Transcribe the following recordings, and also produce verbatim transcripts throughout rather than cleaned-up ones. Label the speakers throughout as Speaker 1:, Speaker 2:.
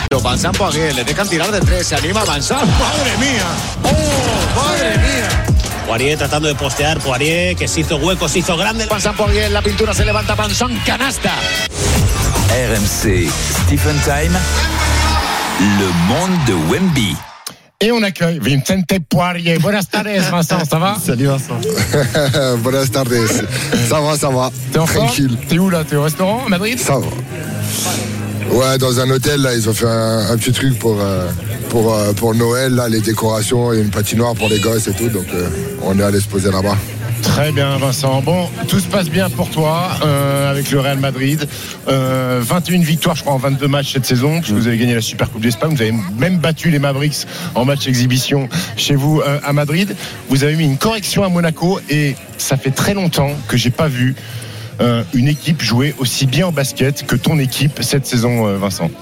Speaker 1: Vincent Poirier, le dejan tirar de tres, se anima Vincent. ¡Madre mía! ¡Oh, madre mía!
Speaker 2: Poirier tratando de postear, Poirier que se hizo hueco, se hizo grande.
Speaker 1: Vincent Poirier en la pintura, se levanta Vincent, canasta.
Speaker 3: R M C, Stephen Time, le monde de Wemby.
Speaker 4: Et on accueille Vicente Poirier. Buenas tardes, Vincent, ça va?
Speaker 5: Salut Vincent.
Speaker 6: Buenas tardes. Ça va, ça va.
Speaker 4: T'es en forme?
Speaker 6: Tranquille.
Speaker 4: T'es où là? T'es au restaurant à Madrid?
Speaker 6: Ça va. Ouais, dans un hôtel, là, ils ont fait un, un petit truc pour, euh, pour, euh, pour Noël, là, les décorations, il y a une patinoire pour les gosses et tout, donc euh, on est allé se poser là-bas.
Speaker 4: Très bien, Vincent. Bon, tout se passe bien pour toi euh, avec le Real Madrid. Euh, vingt et une victoires, je crois, en vingt-deux matchs cette saison, puisque vous avez gagné la Super Coupe d'Espagne. Vous avez même battu les Mavericks en match exhibition chez vous euh, à Madrid. Vous avez mis une correction à Monaco et ça fait très longtemps que j'ai pas vu euh, une équipe jouer aussi bien au basket que ton équipe cette saison, euh, Vincent.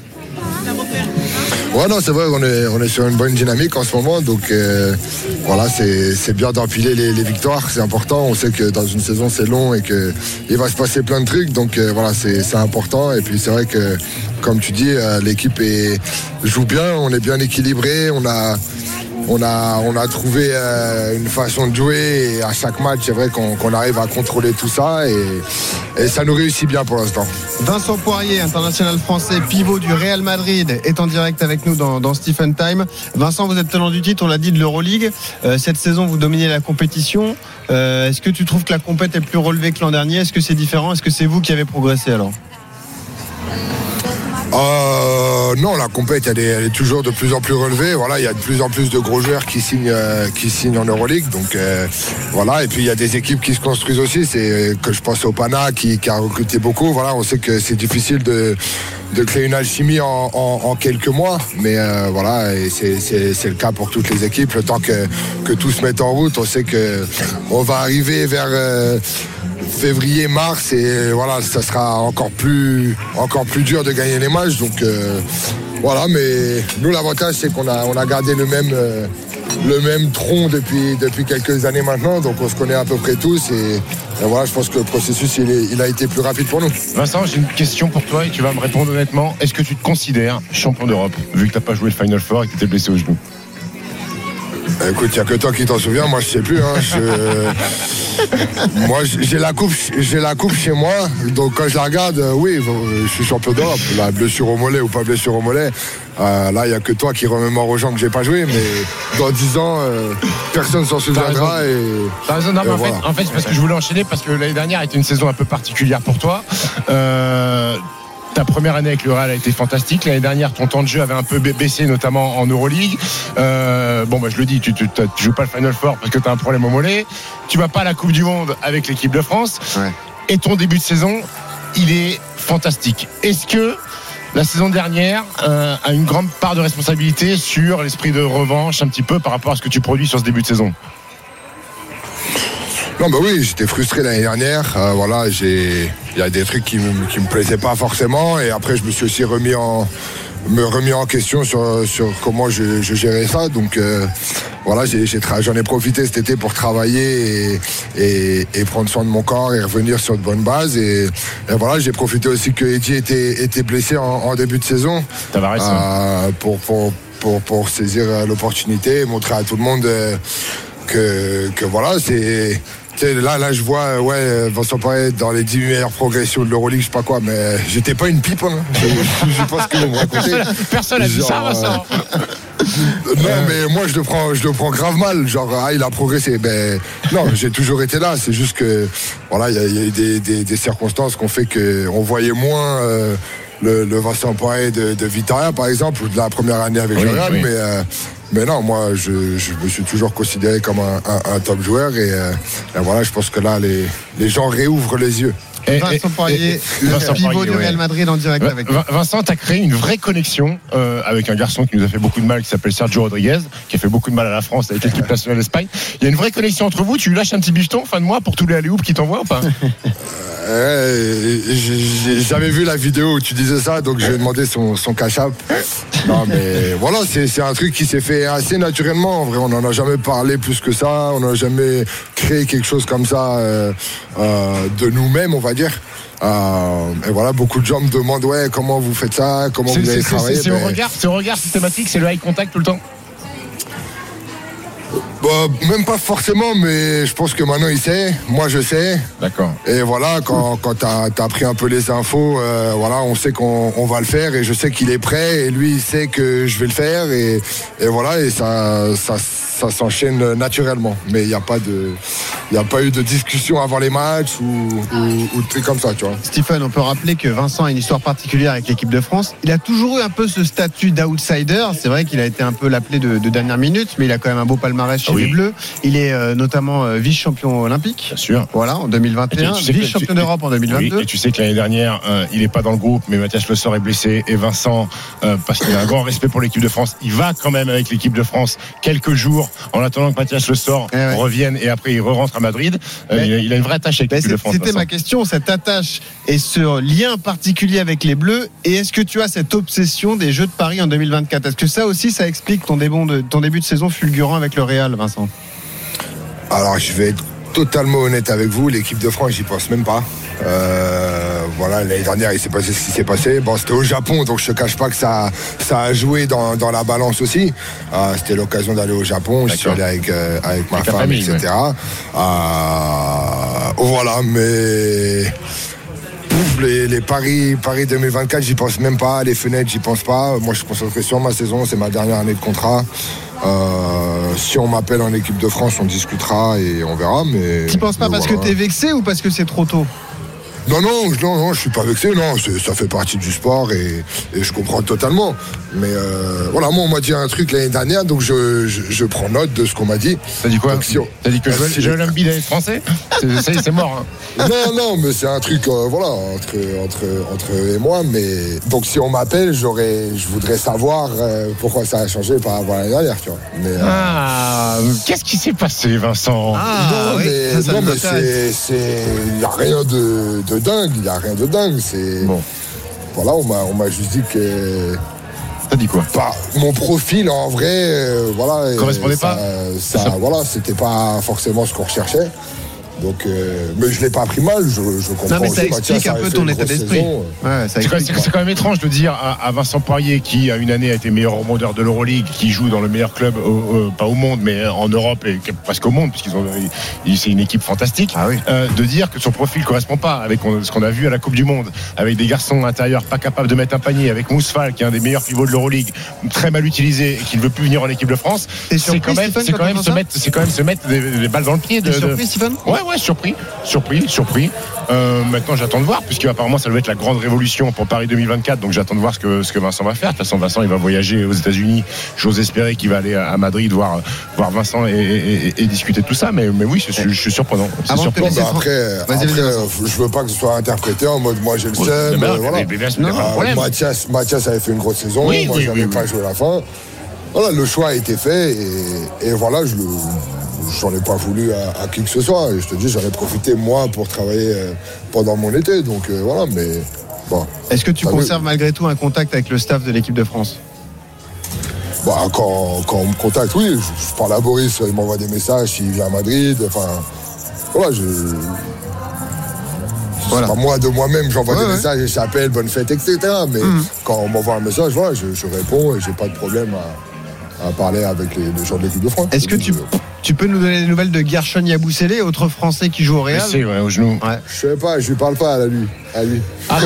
Speaker 6: Ouais, non, c'est vrai, on est, on est sur une bonne dynamique en ce moment, donc euh, voilà, c'est, c'est bien d'empiler les, les victoires, c'est important. On sait que dans une saison c'est long et qu'il va se passer plein de trucs, donc euh, voilà, c'est, c'est important. Et puis c'est vrai que, comme tu dis, euh, l'équipe est, joue bien, on est bien équilibré, on a. On a, on a trouvé euh, une façon de jouer et à chaque match, c'est vrai qu'on, qu'on arrive à contrôler tout ça et, et ça nous réussit bien pour l'instant.
Speaker 5: Vincent Poirier, international français, pivot du Real Madrid, est en direct avec nous dans, dans Stephen Time. Vincent, vous êtes tenant du titre, on l'a dit, de l'Euroleague. Euh, cette saison, vous dominez la compétition. Euh, est-ce que tu trouves que la compète est plus relevée que l'an dernier? Est-ce que c'est différent? Est-ce que c'est vous qui avez progressé alors?
Speaker 6: Euh, non, la compète elle est, elle est toujours de plus en plus relevée. Voilà, il y a de plus en plus de gros joueurs qui signent, euh, qui signent en Euroleague. Donc euh, voilà, et puis il y a des équipes qui se construisent aussi. C'est que je pense au Pana qui, qui a recruté beaucoup. Voilà, on sait que c'est difficile de, de créer une alchimie en, en, en quelques mois, mais euh, voilà, et c'est, c'est, c'est le cas pour toutes les équipes. Le temps que, que tout se mette en route, on sait que on va arriver vers euh, février, mars, et voilà, ça sera encore plus, encore plus dur de gagner les matchs. Donc euh, voilà, mais nous l'avantage c'est qu'on a, on a gardé le même, euh, le même tronc depuis, depuis quelques années maintenant, donc on se connaît à peu près tous et, et voilà, je pense que le processus il, est, il a été plus rapide pour nous.
Speaker 4: Vincent, j'ai une question pour toi et tu vas me répondre honnêtement. Est-ce que tu te considères champion d'Europe vu que tu n'as pas joué le Final Four et que tu étais blessé au genou?
Speaker 6: Écoute, il n'y a que toi qui t'en souviens, moi je sais plus. Hein. Je... moi j'ai la, coupe, j'ai la coupe chez moi, donc quand je la regarde, euh, oui, je suis champion d'Europe. La blessure au mollet ou pas blessure au mollet, euh, là il n'y a que toi qui remémore aux gens que j'ai pas joué, mais dans dix ans, euh, personne s'en souviendra. Et,
Speaker 4: T'as raison, non, mais
Speaker 6: et
Speaker 4: en,
Speaker 6: voilà.
Speaker 4: fait, en fait, c'est parce que je voulais enchaîner, parce que l'année dernière était une saison un peu particulière pour toi. Euh, Ta première année avec le Real a été fantastique. L'année dernière, ton temps de jeu avait un peu baissé, notamment en Euroleague. Euh, bon, bah, je le dis, tu, tu, tu joues pas le Final Four parce que tu as un problème au mollet. Tu vas pas à la Coupe du Monde avec l'équipe de France.
Speaker 5: Ouais.
Speaker 4: Et ton début de saison, il est fantastique. Est-ce que la saison dernière euh, a une grande part de responsabilité sur l'esprit de revanche, un petit peu par rapport à ce que tu produis sur ce début de saison?
Speaker 6: Non, bah oui, j'étais frustré l'année dernière. Euh, voilà, j'ai, il y a des trucs qui me, qui me plaisaient pas forcément. Et après, je me suis aussi remis en, me remis en question sur, sur comment je, je gérais ça. Donc, euh, voilà, j'ai, j'ai tra- j'en ai profité cet été pour travailler et, et, et prendre soin de mon corps et revenir sur de bonnes bases. Et, et voilà, j'ai profité aussi que Eddie était, était blessé en, en début de saison.
Speaker 4: Tavares,
Speaker 6: euh, pour, pour, pour, pour saisir l'opportunité et montrer à tout le monde euh, que, que voilà, c'est. Là, là, je vois, ouais, Vincent Poirier dans les dix meilleures progressions de l'Euroleague, je sais pas quoi, mais j'étais pas une pipe, hein. Je, je sais pas ce que vous me racontez.
Speaker 4: Personne n'a dit ça, Vincent.
Speaker 6: Euh, non, mais moi, je le prends, je le prends grave mal. Genre, ah, il a progressé. Ben, non, j'ai toujours été là. C'est juste que, voilà, il y, y a eu des, des, des circonstances qui ont fait qu'on voyait moins euh, le, le Vincent Poirier de, de Vitoria, par exemple, ou de la première année avec
Speaker 4: oui,
Speaker 6: le Real,
Speaker 4: oui.
Speaker 6: mais. Euh, Mais non, moi, je, je me suis toujours considéré comme un, un, un top joueur et, euh, et voilà, je pense que là, les, les gens réouvrent les yeux.
Speaker 4: Et,
Speaker 5: Vincent Poirier,
Speaker 4: et, et,
Speaker 5: le
Speaker 4: Vincent
Speaker 5: pivot
Speaker 4: Poirier,
Speaker 5: du
Speaker 4: ouais.
Speaker 5: Real Madrid en direct
Speaker 4: Vin-
Speaker 5: avec nous.
Speaker 4: Vincent, tu as créé une vraie connexion euh, avec un garçon qui nous a fait beaucoup de mal, qui s'appelle Sergio Rodriguez, qui a fait beaucoup de mal à la France avec l'équipe nationale d'Espagne. Il y a une vraie connexion entre vous. Tu lui lâches un petit bifton fin de mois pour tous les alley-oops qui t'envoient ou pas?
Speaker 6: Euh, j'ai- J'avais vu la vidéo où tu disais ça, donc j'ai demandé son, son cash-app. Non, mais voilà, c'est c'est un truc qui s'est fait assez naturellement. En vrai, on n'en a jamais parlé plus que ça. On n'a jamais créé quelque chose comme ça euh, euh, de nous-mêmes, on va dire. Euh, et voilà, beaucoup de gens me demandent ouais, comment vous faites ça, comment
Speaker 4: c'est,
Speaker 6: vous avez
Speaker 4: c'est,
Speaker 6: travaillé.
Speaker 4: C'est, c'est,
Speaker 6: mais...
Speaker 4: au regard, c'est au regard systématique, c'est le eye contact tout le temps.
Speaker 6: Bah, même pas forcément, mais je pense que maintenant il sait, moi je sais.
Speaker 4: D'accord.
Speaker 6: Et voilà, quand, quand t'as, t'as pris un peu les infos, euh, voilà, on sait qu'on on va le faire et je sais qu'il est prêt et lui il sait que je vais le faire et, et voilà, et ça, ça, ça s'enchaîne naturellement. Mais il n'y a pas de, il n'y a pas eu de discussion avant les matchs ou, ou, ou de trucs comme ça, tu vois.
Speaker 5: Stephen, on peut rappeler que Vincent a une histoire particulière avec l'équipe de France. Il a toujours eu un peu ce statut d'outsider. C'est vrai qu'il a été un peu l'appelé de, de dernière minute, mais il a quand même un beau palmarès chez
Speaker 4: oui.
Speaker 5: les Bleus. Il est euh, notamment euh, vice-champion olympique.
Speaker 4: Bien sûr.
Speaker 5: Voilà, en deux mille vingt et un.
Speaker 4: Tu sais
Speaker 5: vice-champion
Speaker 4: tu,
Speaker 5: d'Europe en deux mille vingt-deux.
Speaker 4: Oui, et tu sais que l'année dernière, euh, il n'est pas dans le groupe, mais Mathias Le Sort est blessé et Vincent, euh, parce qu'il a un grand respect pour l'équipe de France, il va quand même avec l'équipe de France quelques jours en attendant que Mathias Le Sort
Speaker 5: eh ouais.
Speaker 4: revienne et après il re-rentre à Madrid. Euh, il, a, il a une vraie attache avec
Speaker 5: Ben
Speaker 4: l'équipe de France.
Speaker 5: C'était
Speaker 4: Vincent.
Speaker 5: ma question, cette attache et ce lien particulier avec les Bleus. Et est-ce que tu as cette obsession des Jeux de Paris en deux mille vingt-quatre ? Est-ce que ça aussi, ça explique ton début de, ton début de saison fulgurant avec le Real, Vincent ?
Speaker 6: Alors je vais être totalement honnête avec vous, l'équipe de France, j'y pense même pas. Euh, voilà, l'année dernière, il s'est passé ce qui s'est passé. Bon, c'était au Japon, donc je te cache pas que ça, ça a joué dans, dans la balance aussi. Euh, c'était l'occasion d'aller au Japon. D'accord. Je suis allé avec, euh, avec ma avec femme, famille, et cetera. Ouais. Euh, voilà, mais Pouf, les, les paris, paris deux mille vingt-quatre, j'y pense même pas. Les fenêtres, j'y pense pas. Moi, je suis concentré sur ma saison. C'est ma dernière année de contrat. Euh, si on m'appelle en équipe de France, on discutera et on verra. Mais
Speaker 5: tu penses pas parce voilà. que t'es vexé ou parce que c'est trop tôt ?
Speaker 6: Non, non, non, non, je suis pas vexé, non, c'est, ça fait partie du sport et, et je comprends totalement. Mais euh, voilà, moi on m'a dit un truc l'année dernière, donc je, je, je prends note de ce qu'on m'a dit.
Speaker 4: T'as dit quoi ?
Speaker 6: donc, si on...
Speaker 4: T'as dit que Joël, si Joël Embiid est français ? c'est, ça y est, c'est mort. Hein.
Speaker 6: Non, non, mais c'est un truc, euh, voilà, entre, entre, entre eux et moi. Mais donc si on m'appelle, j'aurais, je voudrais savoir euh, pourquoi ça a changé par rapport à l'année dernière, tu vois. Mais, euh...
Speaker 4: Ah, qu'est-ce qui s'est passé, Vincent ?
Speaker 5: Ah,
Speaker 6: non,
Speaker 5: oui,
Speaker 6: mais,
Speaker 5: ça, ça
Speaker 6: non, mais c'est, c'est, y a rien de, de dingue, il n'y a rien de dingue. C'est...
Speaker 4: Bon.
Speaker 6: Voilà, on m'a, on m'a juste dit que.
Speaker 4: T'as dit quoi ?
Speaker 6: Bah, mon profil, en vrai, euh, voilà.
Speaker 4: Correspondait
Speaker 6: ça,
Speaker 4: pas
Speaker 6: ça, ça, voilà, c'était pas forcément ce qu'on recherchait. Donc, euh, mais je l'ai pas pris mal, je, je comprends.
Speaker 5: Non, mais ça
Speaker 6: aussi,
Speaker 5: explique
Speaker 6: Mathias,
Speaker 5: un peu ton état d'esprit.
Speaker 6: Saison,
Speaker 5: ouais, ça
Speaker 4: c'est, quand, c'est, c'est quand même étrange de dire à, à Vincent Poirier, qui a une année a été meilleur rebondeur de l'Euroleague, qui joue dans le meilleur club, au, euh, pas au monde, mais en Europe et presque au monde, puisqu'ils ont, ils, c'est une équipe fantastique,
Speaker 5: ah oui.
Speaker 4: euh, de dire que son profil correspond pas avec ce qu'on a vu à la Coupe du Monde, avec des garçons intérieurs pas capables de mettre un panier, avec Mousfal, qui est un des meilleurs pivots de l'Euroleague, très mal utilisé, et qui ne veut plus venir en équipe de France.
Speaker 5: C'est,
Speaker 4: c'est quand même, c'est quand même se mettre, c'est quand même se mettre des, des balles dans le pied. De,
Speaker 5: T'es surpris,
Speaker 4: de...
Speaker 5: Stephen ?
Speaker 4: Ouais, ouais, surpris. Surpris, surpris. Euh, maintenant, j'attends de voir, puisqu'apparemment, ça doit être la grande révolution pour Paris deux mille vingt-quatre. Donc, j'attends de voir ce que, ce que Vincent va faire. De toute façon, Vincent, il va voyager aux États-Unis. J'ose espérer qu'il va aller à Madrid voir, voir Vincent et, et, et, et discuter de tout ça. Mais, mais oui, je, je, je suis surprenant. C'est
Speaker 5: Avant
Speaker 4: surprenant.
Speaker 6: Bah après, après je veux pas que ce soit interprété en mode moi j'ai le seum.
Speaker 4: Ouais,
Speaker 6: euh, voilà.
Speaker 4: euh,
Speaker 6: Mathias, Mathias avait fait une grosse saison.
Speaker 4: Oui,
Speaker 6: moi,
Speaker 4: oui,
Speaker 6: j'avais
Speaker 4: oui,
Speaker 6: pas
Speaker 4: oui.
Speaker 6: joué à la fin. Voilà, le choix a été fait et, et voilà, je le. J'en ai pas voulu à, à qui que ce soit. Et je te dis, j'en ai profité moi pour travailler euh, pendant mon été. Donc euh, voilà, mais bon.
Speaker 5: Est-ce que tu conserves veut. malgré tout un contact avec le staff de l'équipe de France ?
Speaker 6: Bah, quand, quand on me contacte, oui. Je, je parle à Boris, il m'envoie des messages s'il vient à Madrid. Enfin, voilà, je. Voilà. Pas moi de moi-même, j'envoie ouais, des ouais. messages et j'appelle, bonne fête, et cetera. Mais mmh. quand on m'envoie un message, voilà, je, je réponds et j'ai pas de problème à, à parler avec les, les gens de l'équipe de France.
Speaker 5: Est-ce que tu. Tu peux nous donner des nouvelles de Gershon Yabusele, autre Français qui joue au Real ?
Speaker 4: C'est ouais, au genou.
Speaker 5: Ouais.
Speaker 6: Je sais pas, je lui parle pas à lui. À lui.
Speaker 4: Ah,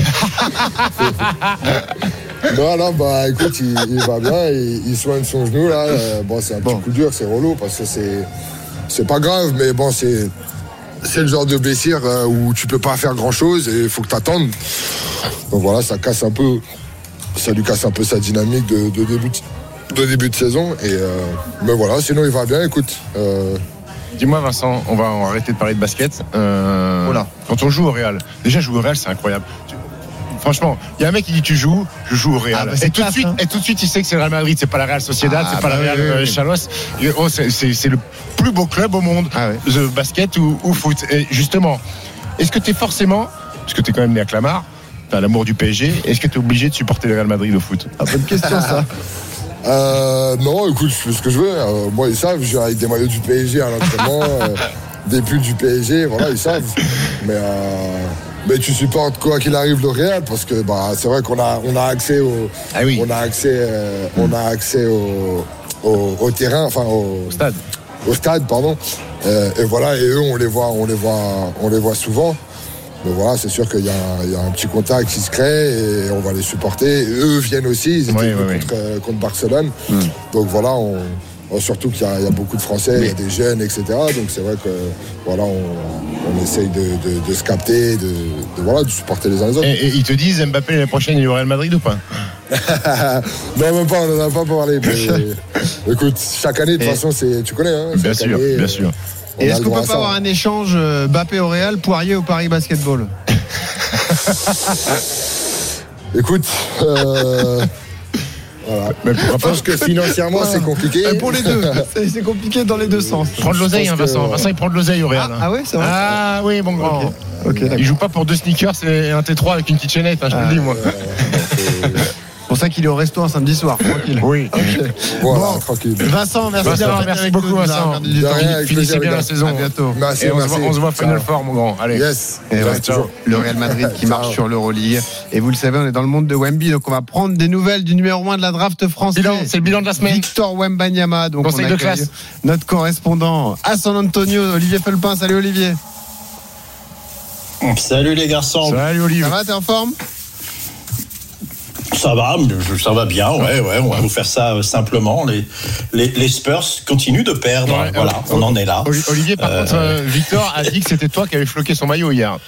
Speaker 6: non, non, bah écoute, il, il va bien, il, il soigne son genou là. Bon, c'est un bon. petit coup dur, c'est relou parce que c'est, c'est pas grave, mais bon, c'est, c'est le genre de blessure où tu peux pas faire grand chose et il faut que tu attendes. Donc voilà, ça casse un peu, ça lui casse un peu sa dynamique de, de début. de début de saison et euh, mais voilà, sinon il va bien, écoute euh...
Speaker 4: dis-moi Vincent, on va, on va arrêter de parler de basket euh,
Speaker 5: voilà.
Speaker 4: Quand on joue au Real, déjà jouer au Real c'est incroyable. Franchement, il y a un mec qui dit tu joues, je joue au Real. Ah bah et, tout classe, de suite, hein. et tout de suite, il sait que c'est le Real Madrid, c'est pas la Real Sociedad, ah c'est pas bah la Real oui, oui. Chalos. Oh, c'est, c'est, c'est le plus beau club au monde, ah oui. de basket ou, ou foot. Et justement, est-ce que tu es forcément, parce que tu es quand même né à Clamart, t'as l'amour du P S G, est-ce que tu es obligé de supporter le Real Madrid au foot ?
Speaker 5: Ah, bonne question ça.
Speaker 6: Euh, non, écoute, je fais ce que je veux. Euh, moi, ils savent, je viens avec des maillots du P S G à l'entraînement, euh, des pulls du P S G, voilà, ils savent. Mais euh, mais tu supportes quoi qu'il arrive le Real parce que bah, c'est vrai qu'on a, on a accès au,
Speaker 4: ah oui.
Speaker 6: on a accès, euh, on a accès au, au, au terrain, enfin au,
Speaker 4: au stade,
Speaker 6: au stade, pardon. Euh, et voilà, et eux, on les voit, on les voit, on les voit souvent. Mais voilà, c'est sûr qu'il y a, il y a un petit contact qui se crée et on va les supporter. Et eux viennent aussi, ils étaient
Speaker 4: oui, oui,
Speaker 6: contre,
Speaker 4: oui.
Speaker 6: contre Barcelone. Mm. Donc voilà, on, surtout qu'il y a, il y a beaucoup de Français, il y a des jeunes, et cetera. Donc c'est vrai que voilà, on, on essaye de, de, de se capter, de, de, voilà, de supporter les uns les autres.
Speaker 4: Et, et ils te disent Mbappé l'année prochaine il est au Real Madrid ou pas?
Speaker 6: Non, même pas, on n'en a pas parlé. Mais, écoute, chaque année de toute façon, c'est, tu connais. Hein,
Speaker 4: bien sûr,
Speaker 6: année,
Speaker 4: bien sûr.
Speaker 5: Et est-ce qu'on peut pas avoir un échange Mbappé au Real, Poirier au Paris Basketball?
Speaker 6: Écoute, euh, voilà. Mais je pense que financièrement c'est compliqué.
Speaker 5: Pour les deux, c'est, c'est compliqué dans les deux sens.
Speaker 4: Prends de l'oseille, hein, Vincent. Que... Vincent, il prend de l'oseille au Real.
Speaker 5: Ah, ah ouais, c'est vrai.
Speaker 4: Ah oui, mon grand.
Speaker 5: Okay. Okay,
Speaker 4: il joue pas pour deux sneakers et un T trois avec une kitchenette, hein, je ah, te le dis moi.
Speaker 5: Euh, C'est pour ça qu'il est au resto un samedi soir, tranquille.
Speaker 4: Oui.
Speaker 5: Okay.
Speaker 6: Voilà,
Speaker 5: bon,
Speaker 6: tranquille.
Speaker 5: Vincent, merci
Speaker 4: Vincent,
Speaker 5: d'avoir
Speaker 4: merci
Speaker 5: avec
Speaker 4: beaucoup,
Speaker 5: nous,
Speaker 4: Vincent. Finissez bien la saison.
Speaker 5: À bientôt.
Speaker 6: Merci,
Speaker 4: et on,
Speaker 6: merci.
Speaker 4: Se voit, on se voit Final Four, mon grand. Allez.
Speaker 6: Yes.
Speaker 5: Et ouais, ciao. Le Real Madrid qui marche sur l'Euroleague. Et vous le savez, on est dans le monde de Wemby, donc on va prendre des nouvelles du numéro un de la draft française.
Speaker 4: Bilan, c'est le bilan de la semaine.
Speaker 5: Victor Wembanyama. Donc
Speaker 4: conseil
Speaker 5: on
Speaker 4: de classe.
Speaker 5: Notre correspondant à San Antonio, Olivier Felpin. Salut Olivier.
Speaker 7: Salut les garçons.
Speaker 4: Salut Olivier.
Speaker 5: Ça va, t'es en forme?
Speaker 7: Ça va, ça va bien, ouais, ouais, on va vous faire ça euh, simplement. Les, les, les Spurs continuent de perdre, ouais, voilà, ouais. on en est là.
Speaker 4: Olivier, par euh... contre, euh, Victor a dit que c'était toi qui avais floqué son maillot hier.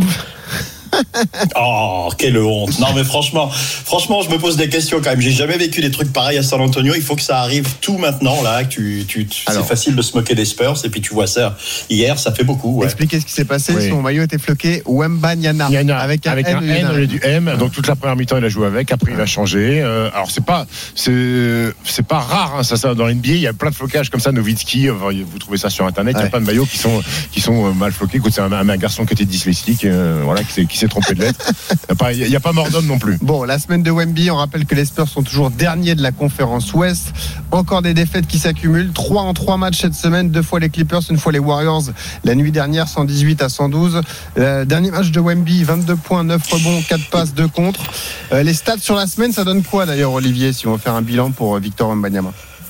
Speaker 7: Oh, quelle honte. Non mais franchement, franchement, je me pose des questions quand même. J'ai jamais vécu des trucs pareils à San Antonio. Il faut que ça arrive tout maintenant là. Que tu, tu, tu Alors, c'est facile de se moquer des Spurs et puis tu vois ça hier, ça fait beaucoup. Ouais.
Speaker 5: Expliquez ce qui s'est passé.
Speaker 4: Oui.
Speaker 5: Son maillot était floqué Wembanyama
Speaker 4: avec un, avec un N, N du M. Donc toute la première mi-temps il a joué avec. Après il a changé. Euh, alors c'est pas c'est c'est pas rare hein, ça ça dans l'N B A. Il y a plein de flocages comme ça. Nowitzki, vous trouvez ça sur internet. Ouais. Il y a plein de maillots qui sont qui sont mal floqués. Écoute, c'est un, un garçon qui était dyslexique, euh, voilà, qui s'est, qui s'est trompé de lettre. Il n'y a, a pas mort d'homme non plus.
Speaker 5: Bon, la semaine de Wemby, on rappelle que les Spurs sont toujours derniers de la conférence Ouest. Encore des défaites qui s'accumulent. trois en trois matchs cette semaine. Deux fois les Clippers, une fois les Warriors. La nuit dernière, cent dix-huit à cent douze. Euh, dernier match de Wemby, vingt-deux points, neuf rebonds, quatre passes, deux contre. Euh, les stats sur la semaine, ça donne quoi d'ailleurs, Olivier, si on veut faire un bilan pour Victor Wembanyama?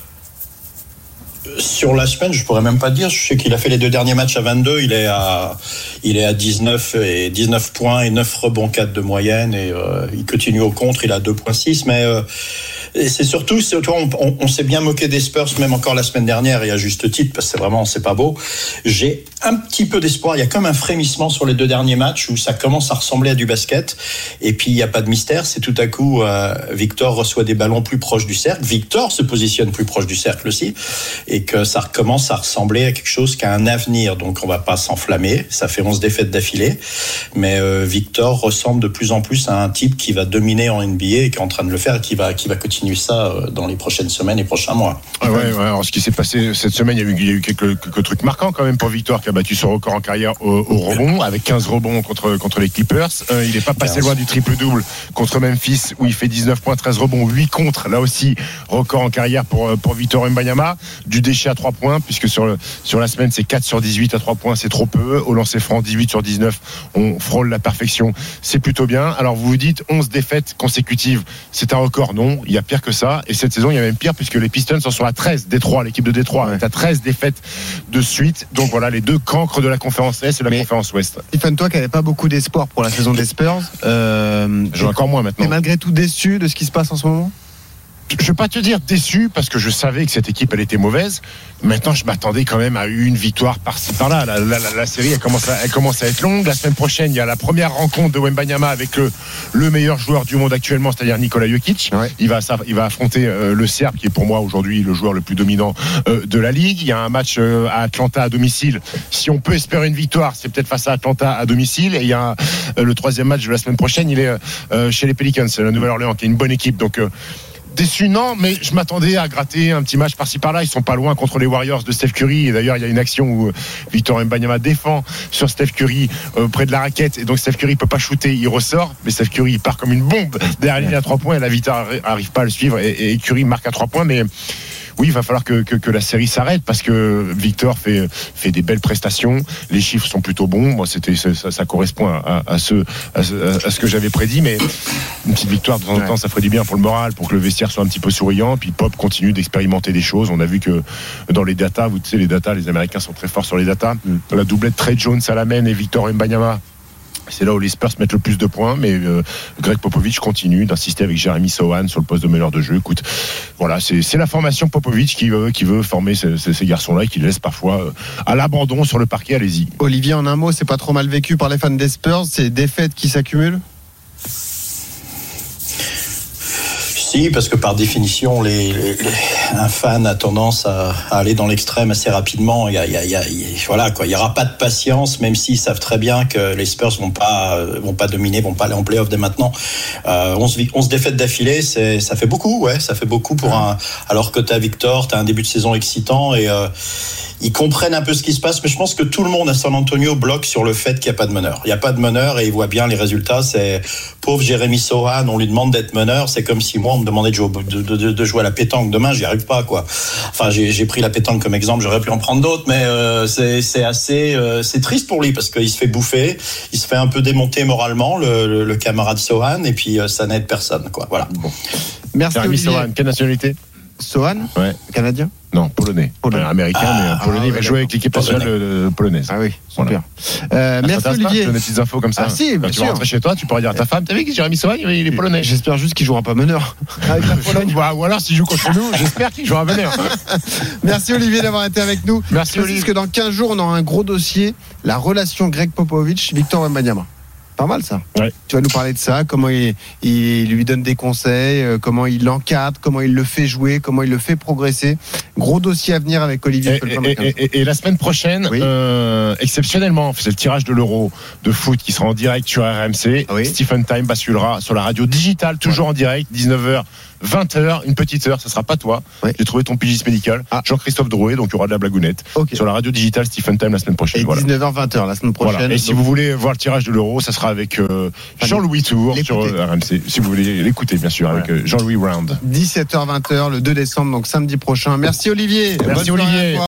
Speaker 7: Sur la semaine, je pourrais même pas dire. Je sais qu'il a fait les deux derniers matchs à vingt-deux. Il est à, il est à dix-neuf et dix-neuf points et neuf rebonds, quatre de moyenne. Et euh, il continue au contre. Il a deux virgule six. Mais euh, c'est surtout, c'est, toi, on, on, on s'est bien moqué des Spurs, même encore la semaine dernière, et à juste titre, parce que c'est vraiment, c'est pas beau. J'ai un petit peu d'espoir. Il y a comme un frémissement sur les deux derniers matchs où ça commence à ressembler à du basket. Et puis, il n'y a pas de mystère. C'est tout à coup, euh, Victor reçoit des ballons plus proches du cercle. Victor se positionne plus proche du cercle aussi. Et que ça recommence à ressembler à quelque chose qui a un avenir. Donc, on va pas s'enflammer. Ça fait onze défaites d'affilée. Mais euh, Victor ressemble de plus en plus à un type qui va dominer en N B A et qui est en train de le faire et qui va, qui va continuer ça dans les prochaines semaines et prochains mois.
Speaker 4: Ah ouais, ouais. Alors, ce qui s'est passé cette semaine, il y a eu, il y a eu quelques, quelques trucs marquants quand même pour Victor, qui a battu son record en carrière au, au rebond, avec quinze rebonds contre, contre les Clippers. Euh, il n'est pas passé loin du triple-double contre Memphis, où il fait dix-neuf points, treize rebonds, huit contre. Là aussi, record en carrière pour, pour Victor Wembanyama. Du déchet à trois points, puisque sur, le, sur la semaine, c'est quatre sur dix-huit à trois points, c'est trop peu. Au lancer franc, dix-huit sur dix-neuf, on frôle la perfection. C'est plutôt bien. Alors, vous vous dites, onze défaites consécutives, c'est un record. Non, il y a pire que ça. Et cette saison, il y a même pire, puisque les Pistons en sont à treize. Détroit, l'équipe de Détroit, ouais. est à treize défaites de suite. Donc voilà, les deux cancres de la conférence Est et de la Mais conférence Ouest.
Speaker 5: Stephen, toi qui n'avais pas beaucoup d'espoir pour la saison des Spurs, euh,
Speaker 4: j'ai encore moins maintenant.
Speaker 5: Mais malgré tout déçu de ce qui se passe en ce moment?
Speaker 4: Je ne vais pas te dire déçu parce que je savais que cette équipe elle était mauvaise. Maintenant je m'attendais quand même à une victoire par-ci par-là. La, la, la, la série elle commence, à, elle commence à être longue. La semaine prochaine il y a la première rencontre de Wembanyama avec le, le meilleur joueur du monde actuellement, c'est-à-dire Nikola Jokic. Ouais. Il, va, ça, il va affronter euh, le Serbe qui est pour moi aujourd'hui le joueur le plus dominant euh, de la ligue. Il y a un match euh, à Atlanta à domicile. Si on peut espérer une victoire, c'est peut-être face à Atlanta à domicile. Et il y a euh, le troisième match de la semaine prochaine, il est euh, chez les Pelicans, la Nouvelle-Orléans, qui est une bonne équipe. Donc euh, déçu, non, mais je m'attendais à gratter un petit match par-ci par-là. Ils sont pas loin contre les Warriors de Steph Curry. Et d'ailleurs, il y a une action où Victor Wembanyama défend sur Steph Curry euh, près de la raquette. Et donc Steph Curry peut pas shooter, il ressort. Mais Steph Curry il part comme une bombe derrière la ligne à trois points. Et la Victor arrive pas à le suivre. Et, et Curry marque à trois points. Mais oui, il va falloir que, que, que la série s'arrête parce que Victor fait, fait des belles prestations. Les chiffres sont plutôt bons. Moi, c'était, ça, ça correspond à, à, ce, à, ce, à ce que j'avais prédit. Mais une petite victoire de temps en temps, ouais. ça ferait du bien pour le moral, pour que le vestiaire soit un petit peu souriant. Puis Pop continue d'expérimenter des choses. On a vu que dans les datas, vous savez, les datas, les Américains sont très forts sur les datas. Mm. La doublette Trey Jones à la main et Victor Wembanyama. C'est là où les Spurs mettent le plus de points, mais euh, Greg Popovich continue d'insister avec Jeremy Sohan sur le poste de meneur de jeu. Écoute, voilà, c'est, c'est la formation Popovich qui veut, qui veut former ces, ces, ces garçons-là et qui les laisse parfois euh, à l'abandon sur le parquet. Allez-y.
Speaker 5: Olivier, en un mot, c'est pas trop mal vécu par les fans des Spurs, ces défaites qui s'accumulent?
Speaker 7: Si, parce que par définition, les, les, les, un fan a tendance à, à aller dans l'extrême assez rapidement. Il y a, il y a, il y a, voilà quoi. Il y aura pas de patience, même s'ils savent très bien que les Spurs vont pas, vont pas dominer, vont pas aller en play-off dès maintenant. Euh, onze, onze défaites d'affilée, c'est, ça fait beaucoup, ouais, ça fait beaucoup pour un. Alors que t'as Victor, t'as un début de saison excitant et euh, ils comprennent un peu ce qui se passe, mais je pense que tout le monde à San Antonio bloque sur le fait qu'il n'y a pas de meneur. Il n'y a pas de meneur et ils voient bien les résultats. C'est pauvre Jeremy Sohan, on lui demande d'être meneur. C'est comme si moi on me demandait de jouer, de, de, de jouer à la pétanque demain, j'y arrive pas quoi. Enfin j'ai, j'ai pris la pétanque comme exemple, j'aurais pu en prendre d'autres, mais euh, c'est, c'est assez, euh, c'est triste pour lui parce qu'il se fait bouffer, il se fait un peu démonter moralement le, le, le camarade Sohan et puis euh, ça n'aide personne quoi. Voilà. Bon.
Speaker 5: Merci
Speaker 4: Jeremy
Speaker 5: Olivier.
Speaker 4: Sohan, quelle nationalité?
Speaker 5: Sohan,
Speaker 4: ouais.
Speaker 5: Canadien?
Speaker 4: Non, polonais. polonais. Euh, américain, ah, mais un polonais. Ah, il va jouer avec l'équipe nationale euh, polonaise.
Speaker 5: Ah oui, super.
Speaker 4: Voilà.
Speaker 5: Euh,
Speaker 4: ah,
Speaker 5: merci Olivier.
Speaker 4: Tu donnes des petites infos comme ça.
Speaker 5: Ah si, bien
Speaker 4: tu
Speaker 5: sûr.
Speaker 4: vas rentrer chez toi, tu pourras dire à ta femme, t'as vu que Jérémy Sohan, il est polonais.
Speaker 5: J'espère juste qu'il jouera pas meneur.
Speaker 4: Avec la Pologne. Ou alors s'il joue contre nous, j'espère qu'il jouera meneur.
Speaker 5: Merci Olivier d'avoir été avec nous.
Speaker 4: Merci Olivier.
Speaker 5: Parce que dans quinze jours, on aura un gros dossier, la relation Greg Popovich, Victor Wembanyama. Pas mal ça.
Speaker 4: Ouais.
Speaker 5: Tu vas nous parler de ça, comment il, il lui donne des conseils, euh, comment il l'encadre, comment il le fait jouer, comment il le fait progresser. Gros dossier à venir avec Olivier.
Speaker 4: Et, et, et, et, et la semaine prochaine, oui. euh, exceptionnellement, c'est le tirage de l'Euro de foot qui sera en direct sur R M C. Oui. Stephen Time basculera sur la radio digitale, toujours ouais. en direct, dix-neuf heures. vingt heures, une petite heure, ça sera pas toi. Oui. J'ai trouvé ton pigiste médical, ah. Jean-Christophe Drouet, donc il y aura de la blagounette. Okay. Sur la radio digitale Stephen Time la semaine prochaine.
Speaker 5: Et
Speaker 4: voilà.
Speaker 5: dix-neuf heures vingt heures la semaine prochaine.
Speaker 4: Voilà. Et donc... si vous voulez voir le tirage de l'Euro, ça sera avec euh, Jean-Louis Tour l'écouter. Sur R M C. Si vous voulez l'écouter, bien sûr, ouais. avec euh, Jean-Louis Round.
Speaker 5: dix-sept heures vingt le deux décembre, donc samedi prochain. Merci Olivier.
Speaker 4: Merci Olivier.